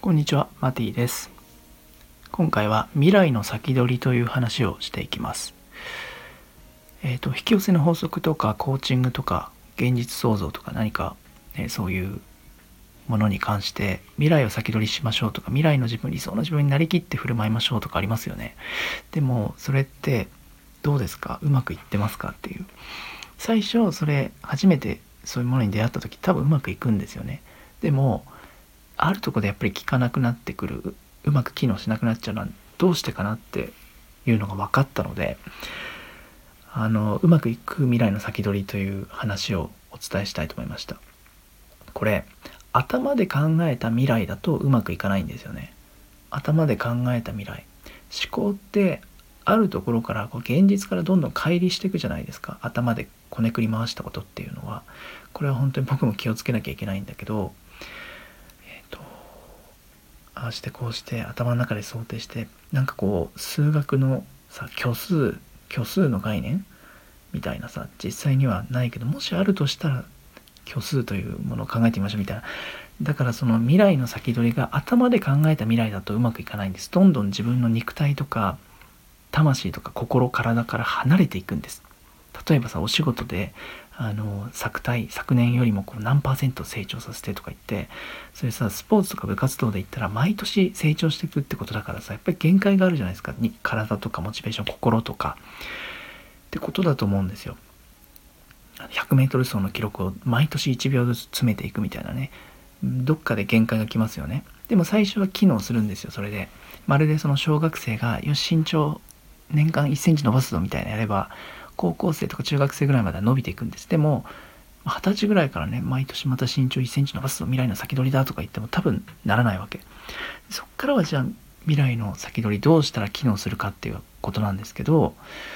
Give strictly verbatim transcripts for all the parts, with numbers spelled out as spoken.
こんにちは、マティです。今回は未来の先取りという話をしていきます。えっ、と、引き寄せの法則とかコーチングとか現実創造とか何か、ね、そういうものに関して未来を先取りしましょうとか未来の自分、理想の自分になりきって振る舞いましょうとかありますよね。でもそれってどうですか？うまくいってますかっていう。最初それ初めてそういうものに出会った時多分うまくいくんですよね。でもあるところでやっぱり効かなくなってくる、うまく機能しなくなっちゃうのはどうしてかなっていうのが分かったので、あのうまくいく未来の先取りという話をお伝えしたいと思いました。これ頭で考えた未来だとうまくいかないんですよね。頭で考えた未来、思考ってあるところからこう現実からどんどん乖離していくじゃないですか。頭でこねくり回したことっていうのは、これは本当に僕も気をつけなきゃいけないんだけど、えっとああしてこうして頭の中で想定して、なんかこう数学のさ、虚数虚数の概念みたいなさ、実際にはないけどもしあるとしたら虚数というものを考えてみましょうみたいな。だからその未来の先取りが頭で考えた未来だとうまくいかないんです。どんどん自分の肉体とか魂とか心、体から離れていくんです。例えばさ、お仕事であの昨体昨年よりもこう何パーセント成長させてとか言って、それさ、スポーツとか部活動で言ったら毎年成長していくってことだからさ、やっぱり限界があるじゃないですか。に体とかモチベーション、心とかってことだと思うんですよ。ひゃくメートル走の記録を毎年いちびょうずつ詰めていくみたいなね、どっかで限界がきますよね。でも最初は機能するんですよ。それでまるでその小学生がよし身長年間いっセンチ伸ばすぞみたいなやれば、高校生とか中学生ぐらいまでは伸びていくんです。でもはたちぐらいからね、毎年また身長いっセンチ伸ばすぞ、未来の先取りだとか言っても多分ならないわけ。そっからはじゃあ未来の先取りどうしたら機能するかっていうことなんですけど、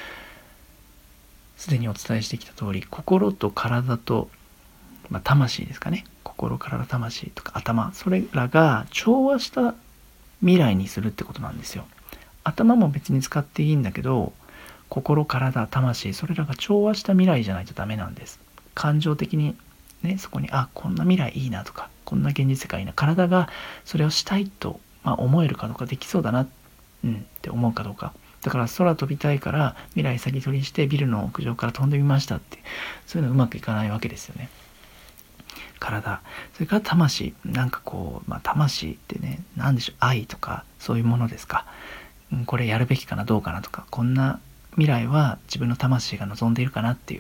すでにお伝えしてきた通り、心と体と、まあ、魂ですかね。心、体、魂とか頭、それらが調和した未来にするってことなんですよ。頭も別に使っていいんだけど、心、体、魂、それらが調和した未来じゃないとダメなんです。感情的にね、そこにあこんな未来いいなとか、こんな現実世界いいな、体がそれをしたいと、まあ、思えるかどうか、できそうだな、うん、って思うかどうか。だから空飛びたいから未来先取りしてビルの屋上から飛んでみましたって、そういうのうまくいかないわけですよね。体、それから魂、なんかこう、まあ、魂ってね、何でしょう、愛とかそういうものですか。これやるべきかなどうかなとか、こんな未来は自分の魂が望んでいるかなっていう、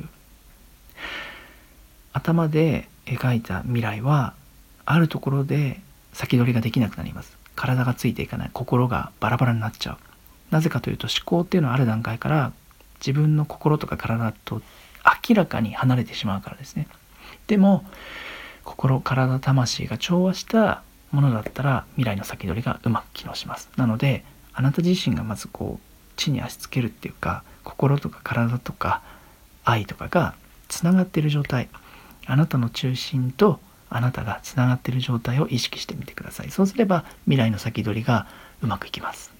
頭で描いた未来はあるところで先取りができなくなります。体がついていかない、心がバラバラになっちゃう。なぜかというと、思考っていうのはある段階から自分の心とか体と明らかに離れてしまうからですね。でも心、体、魂が調和したものだったら未来の先取りがうまく機能します。なのであなた自身がまずこう地に足つけるっていうか、心とか体とか愛とかがつながっている状態、あなたの中心とあなたがつながっている状態を意識してみてください。そうすれば未来の先取りがうまくいきます。